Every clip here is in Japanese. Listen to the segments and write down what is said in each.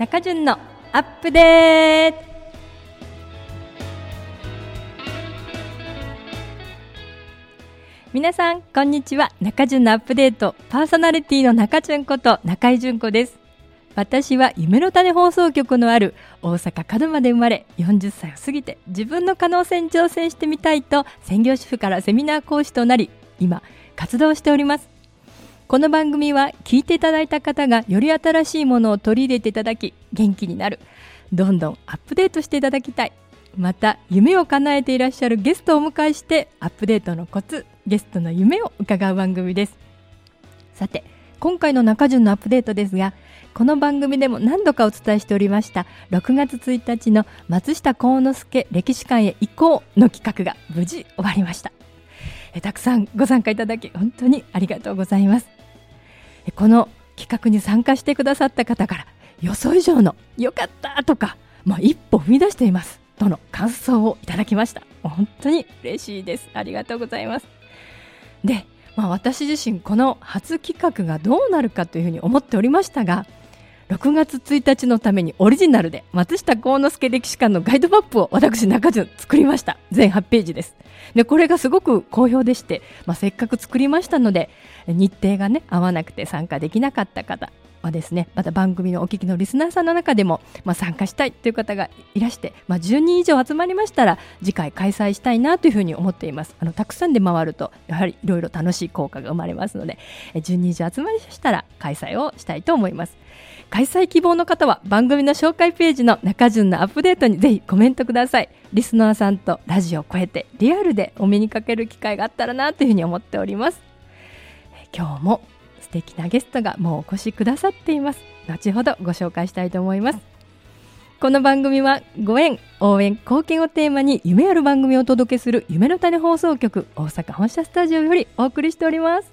中潤のアップデート。皆さんこんにちは。中潤のアップデートパーソナリティの中潤こと中井純子です。私は夢の種放送局のある大阪門真で生まれ、40歳を過ぎて自分の可能性に挑戦してみたいと専業主婦からセミナー講師となり、今活動しております。この番組は聞いていただいた方がより新しいものを取り入れていただき元気になる、どんどんアップデートしていただきたい、また夢を叶えていらっしゃるゲストをお迎えしてアップデートのコツ、ゲストの夢を伺う番組です。さて今回の中潤のアップデートですが、この番組でも何度かお伝えしておりました6月1日の松下幸之助歴史館へ行こうの企画が無事終わりました。たくさんご参加いただき本当にありがとうございます。この企画に参加してくださった方から予想以上の良かったとか、一歩踏み出していますとの感想をいただきました。本当に嬉しいです。ありがとうございます。で、私自身この初企画がどうなるかというふうに思っておりましたが、6月1日のためにオリジナルで松下幸之助歴史館のガイドマップを私中潤作りました。全8ページです。でこれがすごく好評でして、せっかく作りましたので日程がね合わなくて参加できなかった方はですね、また番組のお聞きのリスナーさんの中でも、参加したいという方がいらして、10人以上集まりましたら次回開催したいなというふうに思っています。たくさんで回るとやはりいろいろ楽しい効果が生まれますので、10人以上集まりましたら開催をしたいと思います。開催希望の方は番組の紹介ページの中潤のアップデートにぜひコメントください。リスナーさんとラジオを超えてリアルでお目にかける機会があったらなというふうに思っております。今日も素敵なゲストがもうお越しくださっています。後ほどご紹介したいと思います。この番組はご縁、応援、貢献をテーマに夢ある番組をお届けする夢の種放送局大阪本社スタジオよりお送りしております。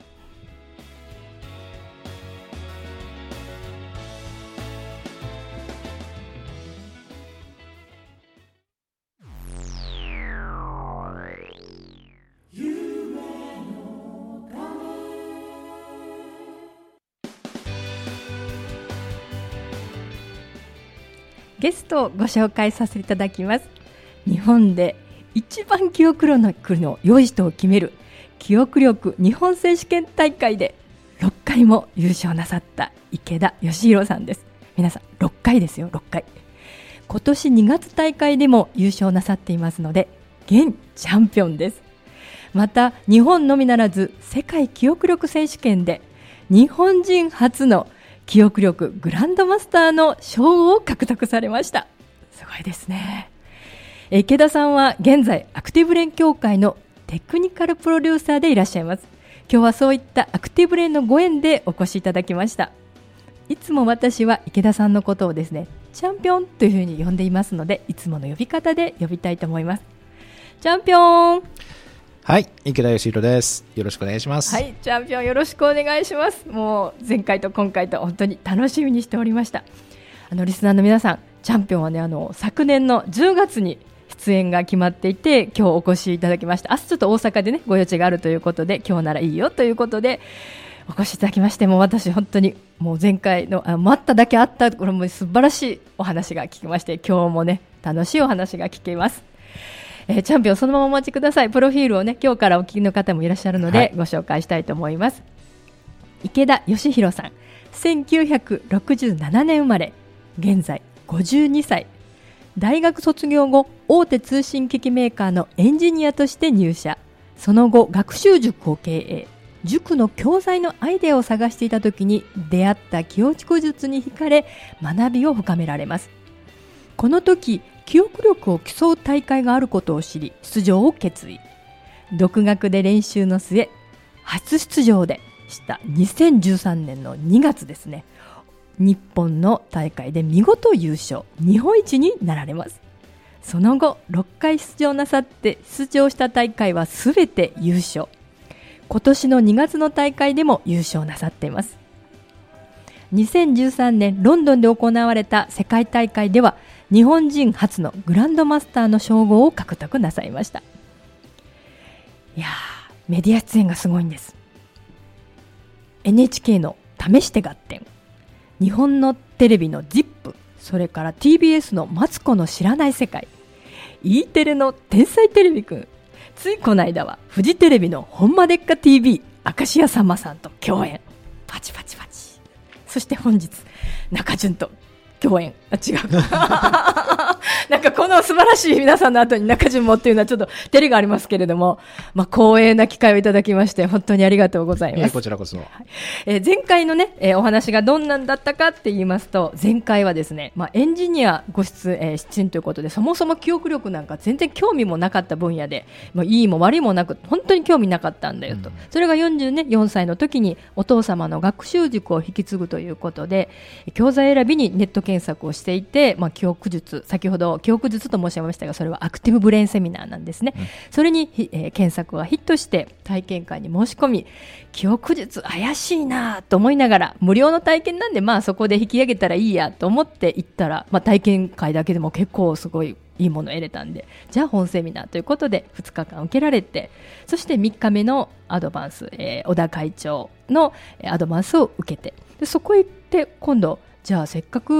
ゲストをご紹介させていただきます。日本で一番記憶力の良い人を決める記憶力日本選手権大会で6回も優勝なさった池田義弘さんです。皆さん6回ですよ、6回。今年2月大会でも優勝なさっていますので現チャンピオンです。また日本のみならず世界記憶力選手権で日本人初の記憶力グランドマスターの賞を獲得されました。すごいですね。池田さんは現在アクティブレーン協会のテクニカルプロデューサーでいらっしゃいます。今日はそういったアクティブレーンのご縁でお越しいただきました。いつも私は池田さんのことをですねチャンピオンというふうに呼んでいますので、いつもの呼び方で呼びたいと思います。チャンピオン。 はい、池田義弘です。よろしくお願いします。 はい、チャンピオンよろしくお願いします。もう前回と今回と本当に楽しみにしておりました。リスナーの皆さん、チャンピオンはね昨年の10月に出演が決まっていて今日お越しいただきました。明日ちょっと大阪でねご用事があるということで今日ならいいよということでお越しいただきまして、もう私本当にもう前回の待っただけあったこれも素晴らしいお話が聞きまして、今日もね楽しいお話が聞けます。チャンピオンそのままお待ちください。プロフィールをね今日からお聞きの方もいらっしゃるので、ご紹介したいと思います。池田義弘さん、1967年生まれ、現在52歳。大学卒業後大手通信機器メーカーのエンジニアとして入社。その後学習塾を経営。塾の教材のアイデアを探していた時に出会った記憶術に惹かれ学びを深められます。この時記憶力を競う大会があることを知り出場を決意。独学で練習の末初出場でした2013年の2月ですね、日本の大会で見事優勝、日本一になられます。その後6回出場なさって出場した大会はすべて優勝。今年の2月の大会でも優勝なさっています。2013年ロンドンで行われた世界大会では日本人初のグランドマスターの称号を獲得なさいました。いやメディア出演がすごいんです。 NHK の試して合点、日本のテレビの ZIP それから TBS のマツコの知らない世界、E テレの天才テレビくん、ついこの間はフジテレビのほんまでっか TV 明石家さんまさんと共演、パチパチパチ。そして本日中潤と共演、違うなんかこの素晴らしい皆さんの後に中潤もっていうのはちょっと照れがありますけれども、光栄な機会をいただきまして本当にありがとうございます。 こちらこそ。 前回のね、お話がどんなんだったかって言いますと、前回はですね、エンジニアご出演ということで、そもそも記憶力なんか全然興味もなかった分野で、いいも悪いもなく本当に興味なかったんだよと、それが44歳の時にお父様の学習塾を引き継ぐということで教材選びにネット検索をしていて、記憶術、先ほど記憶術と申し上げましたが、それはアクティブブレインセミナーなんですね、それに、検索がヒットして体験会に申し込み、記憶術怪しいなと思いながら、無料の体験なんでそこで引き上げたらいいやと思って行ったら、体験会だけでも結構すごいいいものを得れたんで、じゃあ本セミナーということで2日間受けられて、そして3日目のアドバンス、小田会長のアドバンスを受けて、でそこへ行って今度じゃあせっかく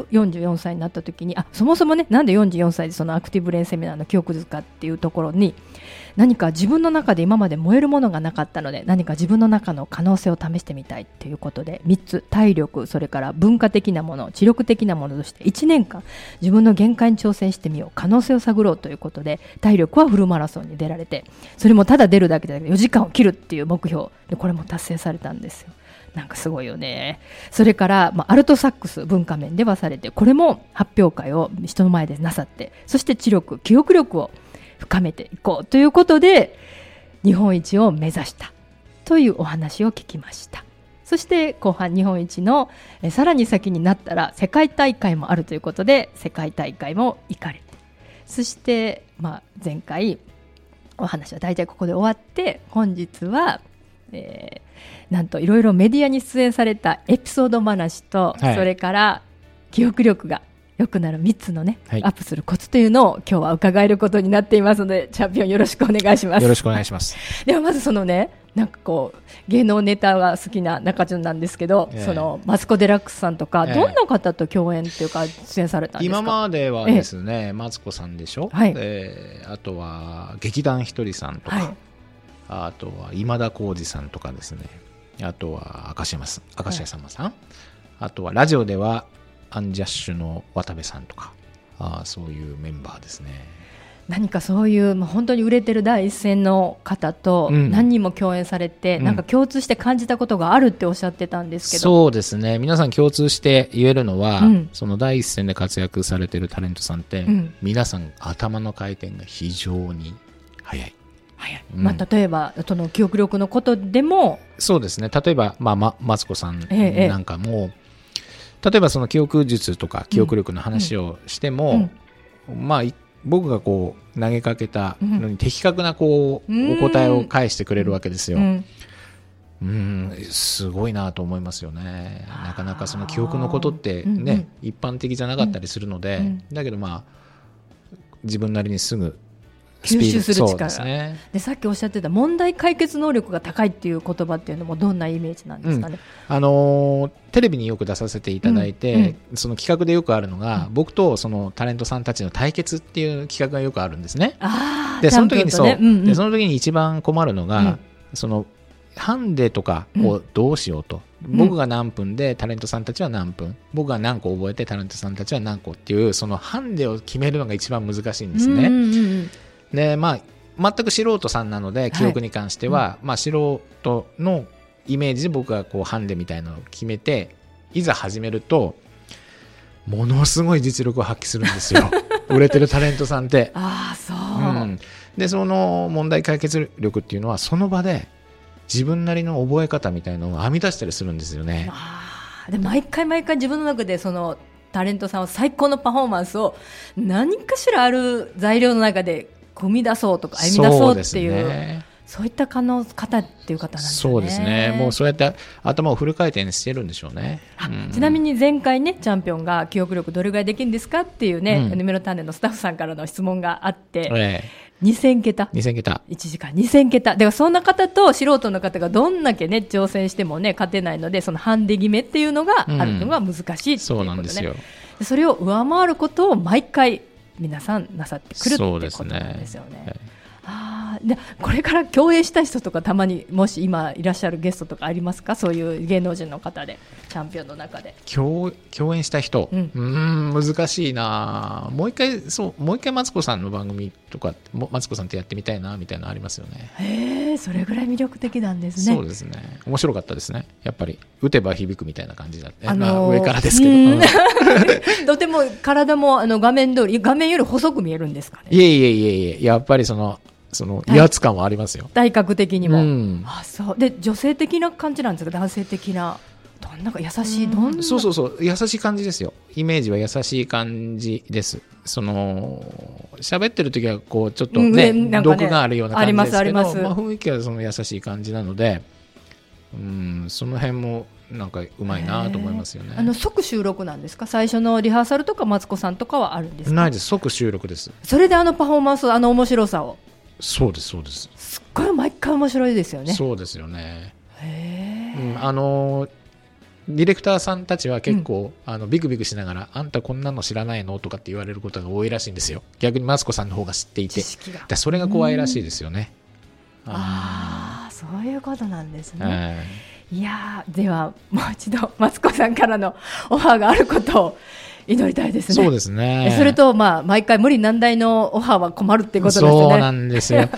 44歳になった時に、そもそもね、なんで44歳でそのアクティブブレインセミナーの記憶術かっていうところに、何か自分の中で今まで燃えるものがなかったので、何か自分の中の可能性を試してみたいっていうことで、3つ、体力、それから文化的なもの、知力的なものとして1年間自分の限界に挑戦してみよう、可能性を探ろうということで、体力はフルマラソンに出られて、それもただ出るだけで4時間を切るっていう目標で、これも達成されたんですよ。なんかすごいよね。それから、アルトサックス文化面ではされて、これも発表会を人の前でなさって、そして知力、記憶力を深めていこうということで日本一を目指したというお話を聞きました。そして後半、日本一のさらに先になったら世界大会もあるということで、世界大会も行かれて、そして、前回お話は大体ここで終わって、本日はなんといろいろメディアに出演されたエピソード話と、それから記憶力が良くなる3つのね、アップするコツというのを今日は伺えることになっていますので、チャンピオンよろしくお願いします。 よろしくお願いします。 ではまずそのね、なんか芸能ネタが好きな中潤なんですけど、そのマツコ・デラックスさんとか、どんな方と共演というか出演されたんですか？ 今まではですね、マツコさんでしょ、あとは劇団ひとりさんとか、あとは今田耕司さんとかですね、あとは明石家さんまさん、あとはラジオではアンジャッシュの渡部さんとか、そういうメンバーですね。 何かそういう本当に売れてる第一線の方と何人も共演されて、なんか共通して感じたことがあるっておっしゃってたんですけど。 そうですね、皆さん共通して言えるのは、その第一線で活躍されてるタレントさんって、皆さん頭の回転が非常に速い。 例えばその記憶力のことでもそうですね、例えば、マツコさんなんかも、例えばその記憶術とか記憶力の話をしても、僕が投げかけたのに的確なお答えを返してくれるわけですよ。すごいなと思いますよね。なかなかその記憶のことってね、一般的じゃなかったりするので、だけど自分なりにすぐ吸収する力ですね。 でさっきおっしゃってた問題解決能力が高いっていう言葉っていうのもどんなイメージなんですかね？ テレビによく出させていただいて、その企画でよくあるのが、僕とそのタレントさんたちの対決っていう企画がよくあるんですね。でその時にその時に一番困るのが、そのハンデとかをどうしようと、僕が何分でタレントさんたちは何分、僕が何個覚えてタレントさんたちは何個っていう、そのハンデを決めるのが一番難しいんですね。で全く素人さんなので、記憶に関しては、素人のイメージで僕がハンデみたいなのを決めて、いざ始めるとものすごい実力を発揮するんですよ売れてるタレントさんって。でその問題解決力っていうのは、その場で自分なりの覚え方みたいなのを編み出したりするんですよね。 で毎回自分の中でそのタレントさんは最高のパフォーマンスを何かしらある材料の中で組み出そうとか歩み出そうっていう、そういった方っていう方なんですね。 そうですね、もうそうやって頭をフル回転してるんでしょうね。 ちなみに前回ね、チャンピオンが記憶力どれぐらいできるんですかっていうね、夢の種のスタッフさんからの質問があって、2000桁1時間2000桁だから、そんな方と素人の方がどんだけね挑戦してもね勝てないので、そのハンデ決めっていうのがあるのが難しいっていうことで、 そうなんですよ。 それを上回ることを毎回皆さんなさってくるってことなんですよね。でこれから共演した人とかたまにもし今いらっしゃるゲストとかありますか？そういう芸能人の方でチャンピオンの中で共演した人、難しいな。もう一回マツコさんの番組とかマツコさんとやってみたいなみたいなのありますよね。 へえ、それぐらい魅力的なんですね。 そうですね、面白かったですね。やっぱり打てば響くみたいな感じだって、上からですけどとても体も画面通り、画面より細く見えるんですかね。 いえやっぱりその威圧感はありますよ、 体格的にも。そうで、女性的な感じなんですか、男性的な。どんなか優しい、 そう優しい感じですよ。イメージは優しい感じです。喋ってる時はこうちょっとね、毒があるような感じですけど、雰囲気はその優しい感じなので、その辺もなんかうまいなと思いますよね。 即収録なんですか？最初のリハーサルとかマツコさんとかはあるんですか？ ないです、即収録です。 それでパフォーマンス、面白さを。 そうです。 すっごい毎回面白いですよね。 そうですよね。ディレクターさんたちは結構、ビクビクしながら、あんたこんなの知らないのとかって言われることが多いらしいんですよ。逆にマツコさんの方が知っていて、それが怖いらしいですよね。 そういうことなんですね。いやではもう一度マツコさんからのオファーがあることを祈りたいですね。 そうですね。 それと、毎回無理難題のオファーは困るってことですね。 そうなんですよ。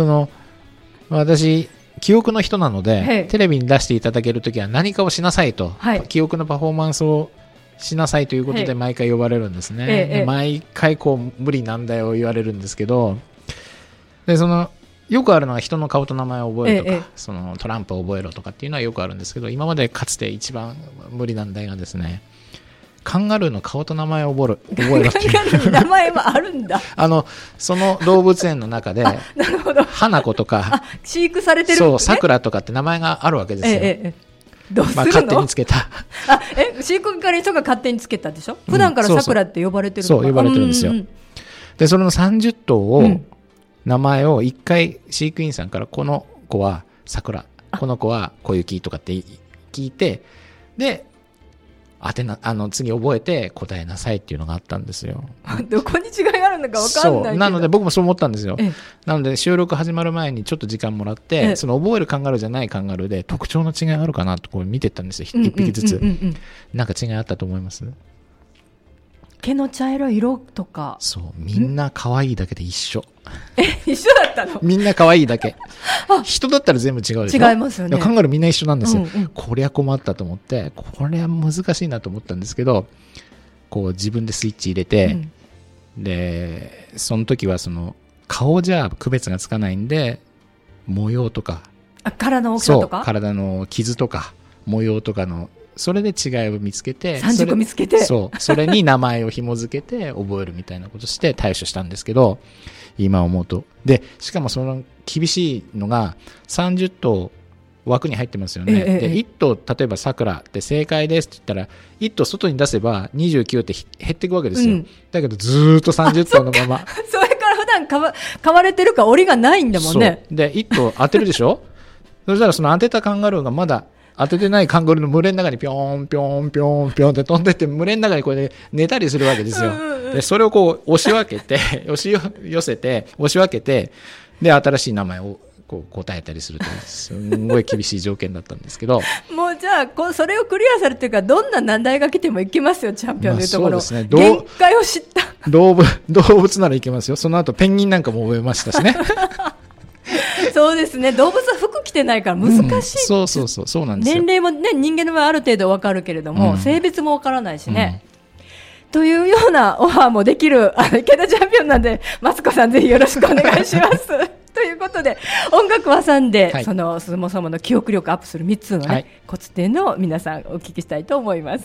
私記憶の人なので、テレビに出していただけるときは何かをしなさいと、記憶のパフォーマンスをしなさいということで毎回呼ばれるんですね。毎回無理難題を言われるんですけど、でよくあるのは人の顔と名前を覚えるとか、トランプを覚えろとかっていうのはよくあるんですけど、今までかつて一番無理難題がですね、カンガルーの顔と名前を覚えろっていう。 カンガルーの名前もあるんだ。 その動物園の中で花子とか飼育されてる、 そうさくらとかって名前があるわけですよ。 どうするの？ 勝手につけた。 飼育係の人が勝手につけたでしょ。普段からさくらって呼ばれてるのか。 そう呼ばれてるんですよ。でその30頭を、名前を1回飼育員さんから、この子はさくら、この子は小雪とかって聞いて、で次覚えて答えなさいっていうのがあったんですよ。 どこに違いがあるのか分かんないけど。 なので僕もそう思ったんですよ。なので収録始まる前にちょっと時間もらって、その覚えるカンガルーじゃないカンガルーで特徴の違いあるかなとこう見てったんですよ。一匹ずつ。なんか違いあったと思います？ 毛の茶色い色とか。 そう、みんな可愛いだけで一緒。 一緒だったの？ みんな可愛いだけ。人だったら全部違うでしょ。 違いますよね。 カンガルーみんな一緒なんですよ。こりゃ困ったと思って、これは難しいなと思ったんですけど、こう自分でスイッチ入れて、でその時は顔じゃ区別がつかないんで、模様とか、 体の大きさとか、 体の傷とか模様とかの、それで違いを見つけて、 30個見つけて、 それに名前を紐付けて覚えるみたいなことして対処したんですけど、今思うと。でしかも厳しいのが30頭枠に入ってますよね。で1頭例えばさくらって正解ですって言ったら、1頭外に出せば29って減っていくわけですよ。だけどずーっと30頭のまま。 それから普段飼われてるか檻がないんだもんね。 で1頭当てるでしょ。そしたら当てたカンガルーがまだ当ててないカンガルーの群れの中にピョーンピョーンピョーンピョーンって飛んでって、群れの中にこれで寝たりするわけですよ。でそれをこう押し分けて押し寄せて押し分けて、で新しい名前をこう答えたりするという、すんごい厳しい条件だったんですけど。 もうじゃあそれをクリアされてるから、どんな難題が来てもいけますよ、チャンピオンというところ。 そうですね、 限界を知った動物ならいけますよ。その後ペンギンなんかも覚えましたしね。 そうですね、動物は服着てないから難しい、 そうなんですよ。 年齢もね、人間の場合ある程度わかるけれども、性別もわからないしね、というようなオファーもできる池田チャンピオンなんで、マツコさんぜひよろしくお願いしますということで、音楽を挟んで、そもそもの記憶力アップする3つのね、コツっていうのを皆さんお聞きしたいと思います。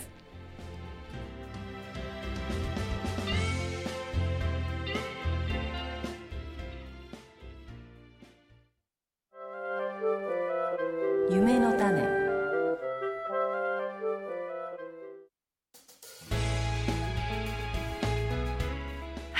夢の種。はい、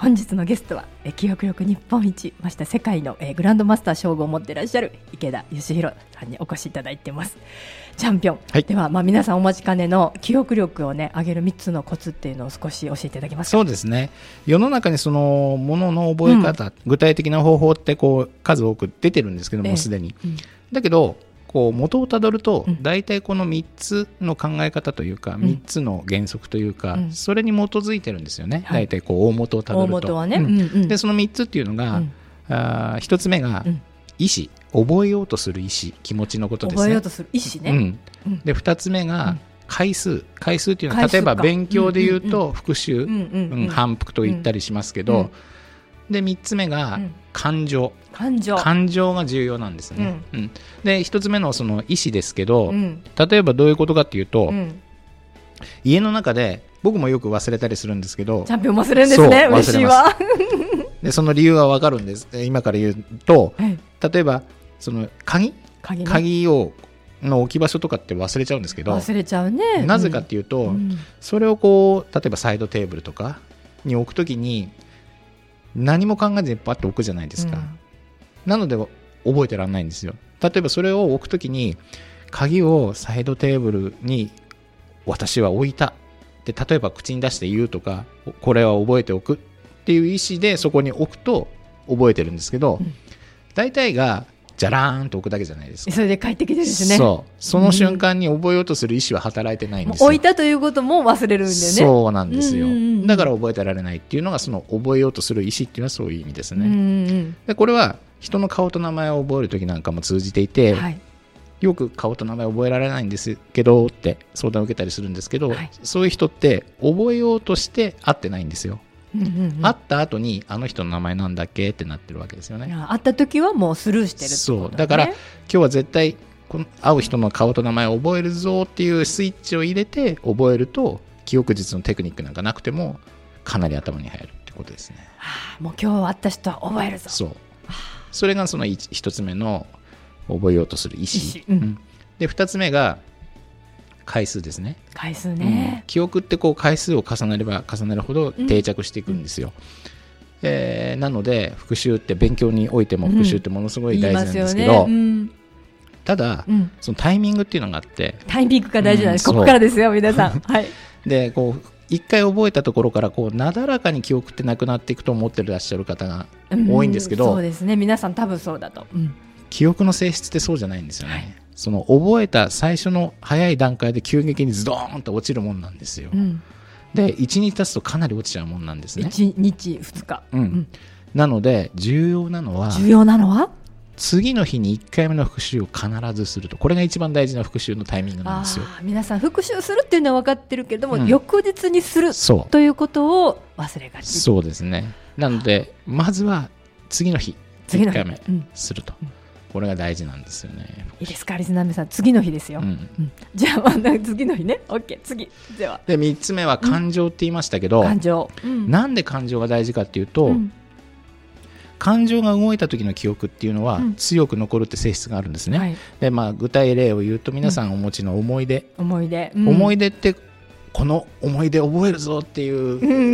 本日のゲストは記憶力日本一ました世界のグランドマスター称号を持っていらっしゃる池田義弘さんにお越しいただいています。チャンピオン、はい、では、皆さんお待ちかねの記憶力をね上げる3つのコツっていうのを少し教えていただけますか。 そうですね、世の中にそのものの覚え方、具体的な方法ってこう数多く出てるんですけども、すでに、だけどこう元をたどると大体この3つの考え方というか、3つの原則というか、それに基づいてるんですよね、大体こう大元をたどると。大元はね、でその3つっていうのが、1つ目が意思、覚えようとする意思、気持ちのことですね。覚えようとする意思ね、で2つ目が回数っていうのは、例えば勉強でいうと復習、反復と言ったりしますけど、で3つ目が感情が重要なんですね、で1つ目のその意思ですけど、例えばどういうことかっていうと、家の中で僕もよく忘れたりするんですけど、 チャンピオン忘れるんですね。嬉しいわでその理由は分かるんです。今から言うと、例えばその鍵の置き場所とかって忘れちゃうんですけど、 忘れちゃうね。 なぜかっていうと、それをこう例えばサイドテーブルとかに置くときに何も考えずにパッと置くじゃないですか、なので覚えてらんないんですよ。例えばそれを置くときに鍵をサイドテーブルに私は置いたって例えば口に出して言うとか、これは覚えておくっていう意思でそこに置くと覚えてるんですけど、大体がじゃらーんと置くだけじゃないですか。 それで帰ってきてるんですね。 その瞬間に覚えようとする意思は働いてないんですよ。 置いたということも忘れるんでね。 そうなんですよ、だから覚えてられないっていうのが、その覚えようとする意思っていうのはそういう意味ですね、でこれは人の顔と名前を覚えるときなんかも通じていて、よく顔と名前覚えられないんですけどって相談を受けたりするんですけど、そういう人って覚えようとして会ってないんですよ。会った後にあの人の名前なんだっけってなってるわけですよね。 会った時はもうスルーしてるってことだね。 そうだから今日は絶対この会う人の顔と名前を覚えるぞっていうスイッチを入れて覚えると、記憶術のテクニックなんかなくてもかなり頭に入るってことですね。 もう今日会った人は覚えるぞ。 それがその一つ目の覚えようとする意思、で2つ目が回数ですね。 回数ね、 記憶ってこう回数を重ねれば重ねるほど定着していくんですよ、なので復習って勉強においても復習ってものすごい大事なんですけど、ただ、そのタイミングっていうのがあって、 タイミングが大事なんです、ここからですよ皆さんでこう一回覚えたところからこうなだらかに記憶ってなくなっていくと思ってらっしゃる方が多いんですけど、 そうですね、皆さん多分そうだと、 記憶の性質ってそうじゃないんですよね、その覚えた最初の早い段階で急激にズドーンと落ちるもんなんですよ、で1日経つとかなり落ちちゃうもんなんですね。 1日2日、 なので重要なのは次の日に1回目の復習を必ずすると、これが一番大事な復習のタイミングなんですよ。 皆さん復習するっていうのは分かってるけども、翌日にするということを忘れがち。 そうですね。なのでまずは次の日1回目すると、これが大事なんですよね。 いいですかリスナーさん、次の日ですよ、じゃあ次の日ね、 OK、 次ではで3つ目は感情って言いましたけど、 感情、 なんで感情が大事かっていうと、感情が動いた時の記憶っていうのは強く残るって性質があるんですね、で具体例を言うと、皆さんお持ちの思い出、思い出ってこの思い出覚えるぞっていう、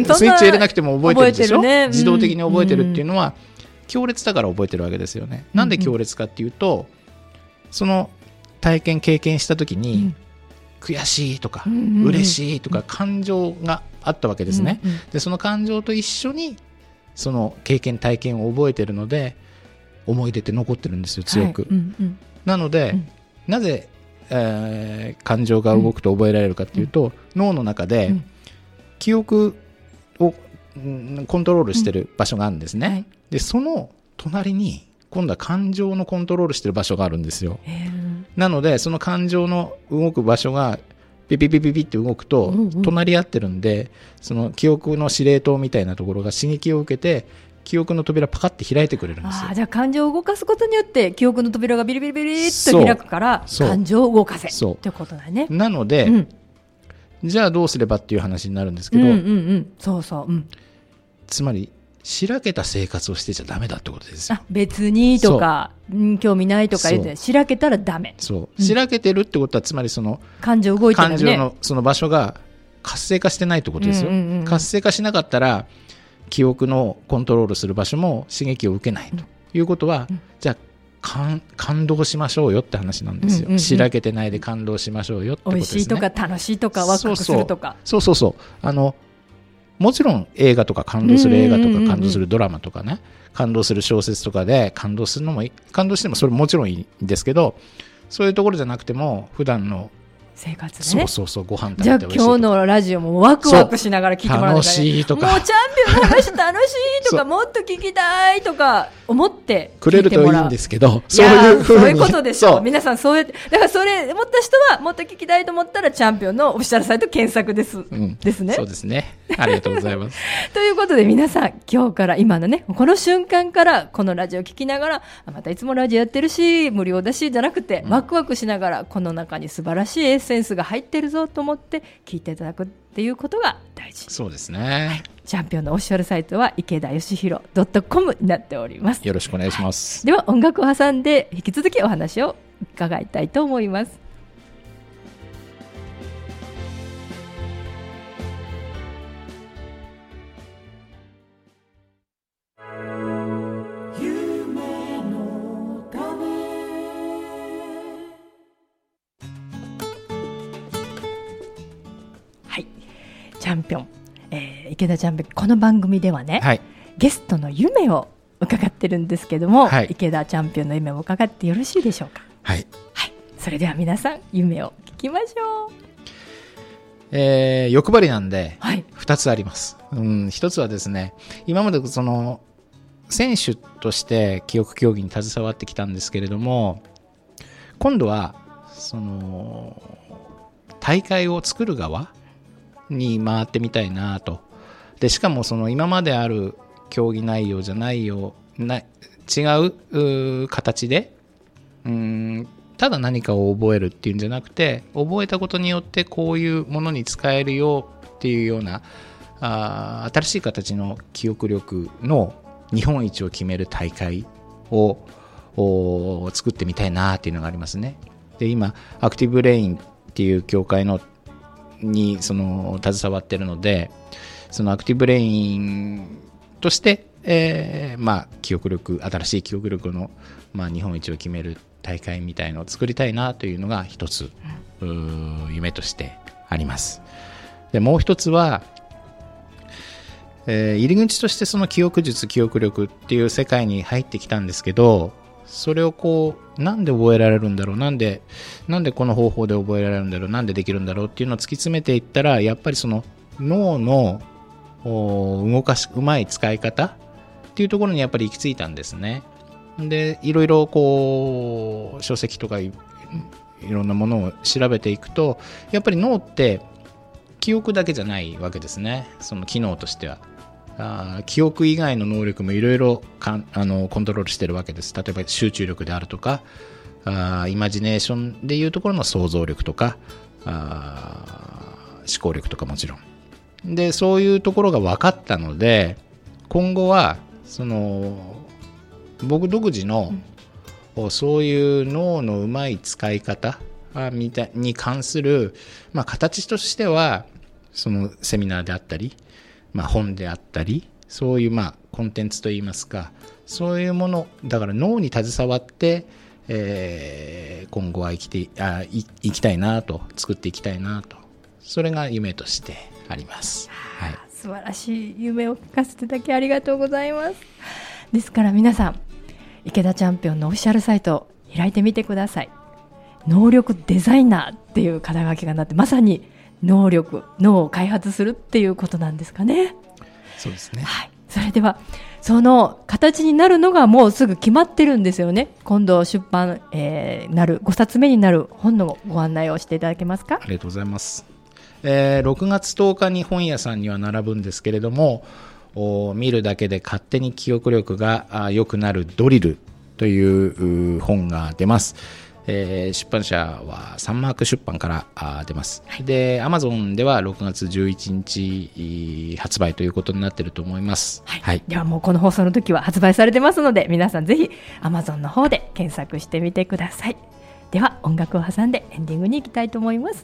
スイッチ入れなくても覚えてるでしょ、自動的に覚えてるっていうのは、強烈だから覚えてるわけですよね。なんで強烈かっていうと、その体験経験した時に、悔しいとか、嬉しいとか感情があったわけですね、でその感情と一緒にその経験体験を覚えてるので、思い出って残ってるんですよ、強く、なので、なぜ、感情が動くと覚えられるかっていうと、脳の中で記憶をコントロールしてる場所があるんですね、でその隣に今度は感情のコントロールしてる場所があるんですよ。なのでその感情の動く場所がピピピピピって動くと隣り合ってるんで、その記憶の司令塔みたいなところが刺激を受けて記憶の扉パカッて開いてくれるんですよ。 じゃあ感情を動かすことによって記憶の扉がビリビリビリっと開くから、感情を動かせってことだね。 なので、じゃあどうすればっていう話になるんですけど、つまりしらけた生活をしてちゃダメだってことですよ。 別にとか興味ないとか言ってしらけたらダメ。 しらけてるってことは、つまりその感情動いてるね、 感情のその場所が活性化してないってことですよ、活性化しなかったら記憶のコントロールする場所も刺激を受けないということは、じゃあ感動しましょうよって話なんですよ。しらけてないで感動しましょうよってことですね。 美味しいとか楽しいとかワクワクするとか、 そうもちろん映画とか感動する映画とか感動するドラマとかね、感動する小説とかで感動するのも感動してもそれもちろんいいんですけど、そういうところじゃなくても普段の生活でね、 ご飯食べて美味しいとか、 じゃあ今日のラジオもワクワクしながら聞いてもらう、 楽しいとか、 もうチャンピオンの話楽しいとかもっと聞きたいとか思ってくれるといいんですけど、 そういうことでしょう。皆さんだからそれ思った人はもっと聞きたいと思ったらチャンピオンのオフィシャルサイト検索です、ですね。 そうですね。ありがとうございます。 ということで皆さん今日から今のねこの瞬間からこのラジオ聞きながら、またいつもラジオやってるし無料だしじゃなくて、ワクワクしながらこの中に素晴らしいエッセンスが入ってるぞと思って聞いていただくっていうことが大事。 そうですね。 チャンピオンのオフィシャルサイトは池田義弘 .com になっております。 よろしくお願いします。 では音楽を挟んで引き続きお話を伺いたいと思います。チャンピオン、池田チャンピオン、この番組ではね、ゲストの夢を伺ってるんですけども、池田チャンピオンの夢を伺ってよろしいでしょうか。それでは皆さん夢を聞きましょう。欲張りなんで2つあります。1つはですね、今までその選手として記憶競技に携わってきたんですけれども、今度はその大会を作る側に回ってみたいなと。でしかもその今まである競技内容じゃないような違う形でただ何かを覚えるっていうんじゃなくて、覚えたことによってこういうものに使えるよっていうような新しい形の記憶力の日本一を決める大会を作ってみたいなっていうのがありますね。で今アクティブブレインっていう協会に携わっているので、そのアクティブブレインとして、記憶力、新しい記憶力の、日本一を決める大会みたいのを作りたいなというのが一つ、夢としてあります。でもう一つは、入り口としてその記憶術、記憶力っていう世界に入ってきたんですけど、それをなんで覚えられるんだろう、なんでこの方法で覚えられるんだろう、なんでできるんだろうっていうのを突き詰めていったら、やっぱりその脳のうまい使い方っていうところにやっぱり行き着いたんですね。でいろいろ書籍とかいろんなものを調べていくと、やっぱり脳って記憶だけじゃないわけですね。その機能としては記憶以外の能力もいろいろコントロールしてるわけです。例えば集中力であるとかイマジネーションでいうところの想像力とか思考力とかもちろんで、そういうところが分かったので、今後はその僕独自のそういう脳のうまい使い方に関する、形としてはそのセミナーであったり、本であったり、そういうコンテンツといいますか、そういうものだから脳に携わって、今後は生きたいなと、作っていきたいなと、それが夢としてあります。 素晴らしい夢を聞かせていただきありがとうございます。ですから皆さん、池田チャンピオンのオフィシャルサイトを開いてみてください。能力デザイナーっていう肩書きがなって、まさに脳を開発するっていうことなんですかね。 そうですね。 それではその形になるのがもうすぐ決まってるんですよね。今度出版、なる5冊目になる本のご案内をしていただけますか。 ありがとうございます。6月10日に本屋さんには並ぶんですけれども、見るだけで勝手に記憶力が良くなるドリルという本が出ます。出版社はサンマーク出版から出ます。で Amazon では6月11日発売ということになっていると思います。 ではもうこの放送の時は発売されてますので、皆さんぜひ Amazon の方で検索してみてください。では音楽を挟んでエンディングに行きたいと思います。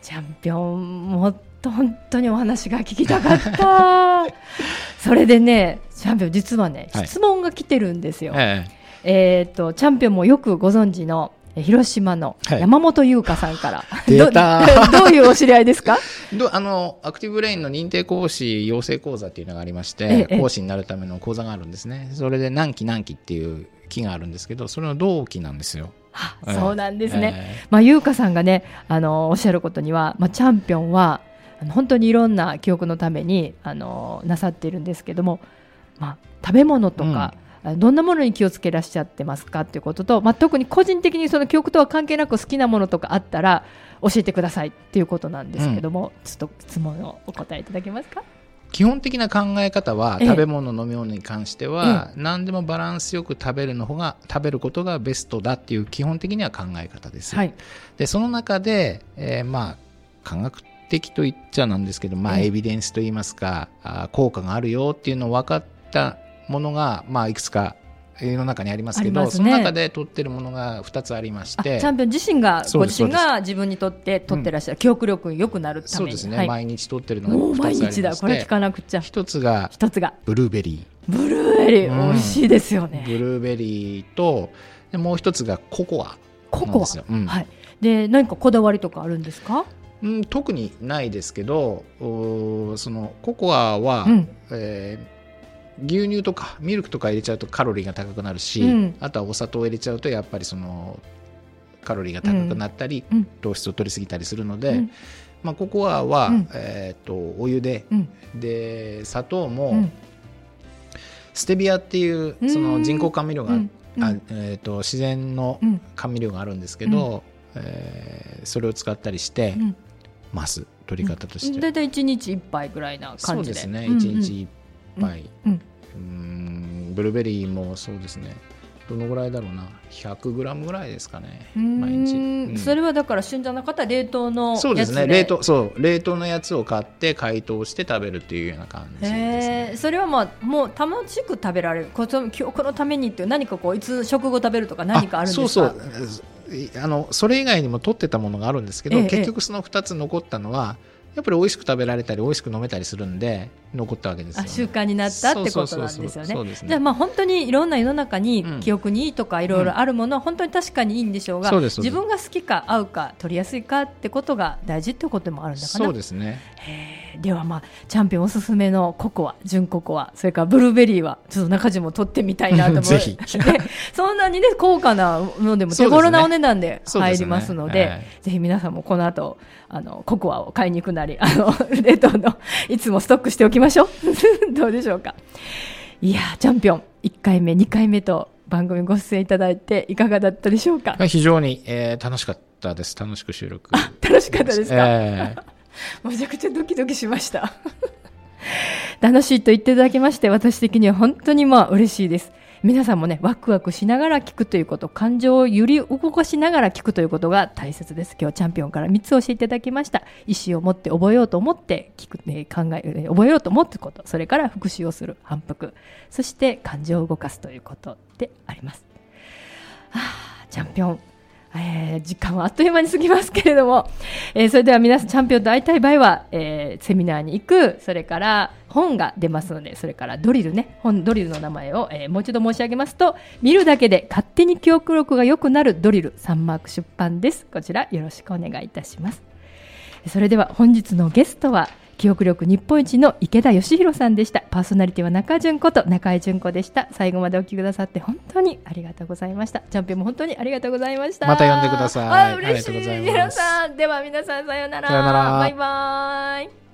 チャンピオンもっと本当にお話が聞きたかったそれでねチャンピオン実はね、質問が来てるんですよ、チャンピオンもよくご存知の広島の山本優香さんから、 出たどういうお知り合いですか？ アクティブブレインの認定講師養成講座っていうのがありまして、講師になるための講座があるんですね。それで何期っていう期があるんですけど、それの同期なんですよ。 そうなんですね、優香さんがねおっしゃることには、チャンピオンは本当にいろんな記憶のためになさっているんですけども、食べ物とか、どんなものに気をつけらっしゃってますかということと、特に個人的にその記憶とは関係なく好きなものとかあったら教えてくださいっていうことなんですけども、ちょっと質問をお答えいただけますか？ 基本的な考え方は、食べ物飲み物に関しては、何でもバランスよく食べることがベストだっていう基本的には考え方です、でその中で、科学的と言っちゃなんですけど、エビデンスといいますか、効果があるよっていうのを分かったものが、いくつか世の中にありますけど、その中で取ってるものが2つありまして、 チャンピオン自身がご自身が自分にとって取ってらっしゃる、記憶力良くなるために、 そうですね、毎日取ってるのが2つありまして、 毎日だ、これ聞かなくちゃ。 1つがブルーベリー、美味しいですよね。 ブルーベリーと、でもう1つがココアなんですよ。 で何かこだわりとかあるんですか？ 特にないですけど、そのココアは、牛乳とかミルクとか入れちゃうとカロリーが高くなるし、あとはお砂糖を入れちゃうとやっぱりそのカロリーが高くなったり、糖質を取りすぎたりするので、ココアは、お湯で、で砂糖も、ステビアっていうその人工甘味料が、自然の甘味料があるんですけど、それを使ったりしてます、取り方として。 だいたい1日1杯ぐらいな感じで。 そうですね、1日1杯、ブルーベリーもそうですね、どのぐらいだろうな、100グラムぐらいですかね、毎日。 それはだから信者の方、冷凍のやつで。 そうですね、冷凍のやつを買って解凍して食べるっていうような感じですね。 それはもう楽しく食べられる、記憶のためにっていう、何かいつ食後食べるとか何かあるんですか？ それ以外にも取ってたものがあるんですけど、結局その2つ残ったのはやっぱり美味しく食べられたり美味しく飲めたりするんで残ったわけですよね。 習慣になったってことなんですよね。じゃあ本当にいろんな世の中に記憶にいいとかいろいろあるものは本当に確かにいいんでしょうが、自分が好きか合うか取りやすいかってことが大事ってこともあるんだかな。 そうですね。 ではチャンピオンおすすめのココア、純ココア、それからブルーベリーはちょっと中地も取ってみたいなと思うぜひそんなにね高価なものでも手頃なお値段で入りますので、ぜひ皆さんもこの後ココアを買いに行くなり冷凍のいつもストックしておきましょうどうでしょうか。いやチャンピオン1回目2回目と番組ご出演いただいていかがだったでしょうか？ 非常に、楽しかったです。楽しく収録楽しかったですか？めちゃくちゃドキドキしました楽しいと言っていただきまして、私的には本当に嬉しいです。皆さんもねワクワクしながら聞くということ、感情を揺り動かしながら聞くということが大切です。今日はチャンピオンから3つ教えていただきました。意思を持って覚えようと思って聞く、覚えようと思ってこと、それから復習をする、反復、そして感情を動かすということであります。チャンピオン、時間はあっという間に過ぎますけれども、それでは皆さんチャンピオンと会いたい場合は、セミナーに行く、それから本が出ますので、それからドリルの名前を、もう一度申し上げますと、見るだけで勝手に記憶力が良くなるドリル、サンマーク出版です。こちらよろしくお願いいたします。それでは本日のゲストは記憶力日本一の池田義弘さんでした。パーソナリティは中純子と中井純子でした。最後までお聞きくださって本当にありがとうございました。チャンピオンも本当にありがとうございました。 また呼んでください。 嬉しい。皆さん、では皆さんさようなら。 さようなら。 バイバイ。